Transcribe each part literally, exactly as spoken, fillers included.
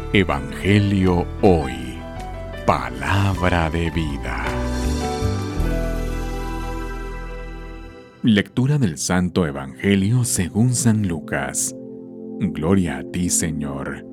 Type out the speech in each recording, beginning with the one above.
Evangelio Hoy. Palabra de vida. Lectura del Santo Evangelio según San Lucas. Gloria a ti, Señor.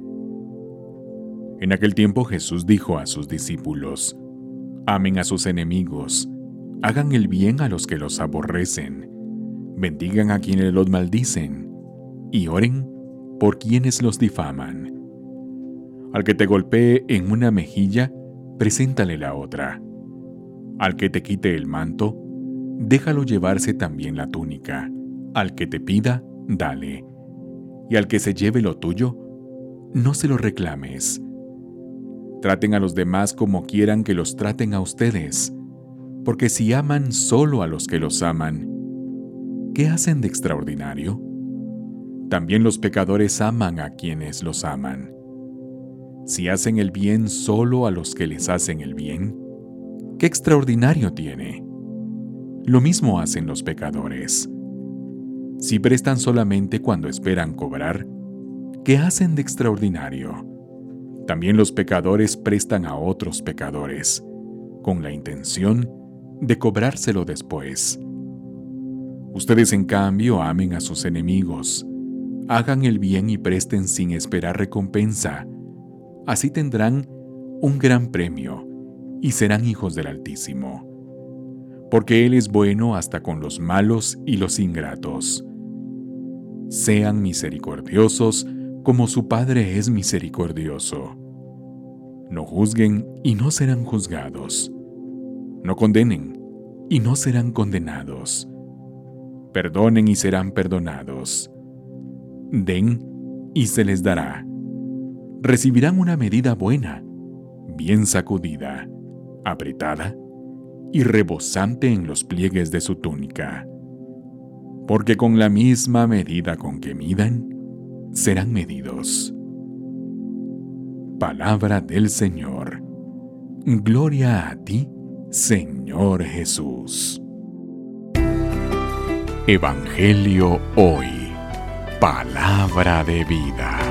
En aquel tiempo Jesús dijo a sus discípulos: Amen a sus enemigos, hagan el bien a los que los aborrecen, bendigan a quienes los maldicen, y oren por quienes los difaman. Al que te golpee en una mejilla, preséntale la otra. Al que te quite el manto, déjalo llevarse también la túnica. Al que te pida, dale. Y al que se lleve lo tuyo, no se lo reclames. Traten a los demás como quieran que los traten a ustedes, porque si aman solo a los que los aman, ¿qué hacen de extraordinario? También los pecadores aman a quienes los aman. Si hacen el bien solo a los que les hacen el bien, ¿qué extraordinario tiene? Lo mismo hacen los pecadores. Si prestan solamente cuando esperan cobrar, ¿qué hacen de extraordinario? También los pecadores prestan a otros pecadores, con la intención de cobrárselo después. Ustedes, en cambio, amen a sus enemigos, hagan el bien y presten sin esperar recompensa. Así tendrán un gran premio y serán hijos del Altísimo, porque Él es bueno hasta con los malos y los ingratos. Sean misericordiosos como su Padre es misericordioso. No juzguen y no serán juzgados. No condenen y no serán condenados. Perdonen y serán perdonados. Den y se les dará. Recibirán una medida buena, bien sacudida, apretada y rebosante en los pliegues de su túnica. Porque con la misma medida con que midan, serán medidos. Palabra del Señor. Gloria a ti, Señor Jesús. Evangelio Hoy. Palabra de vida.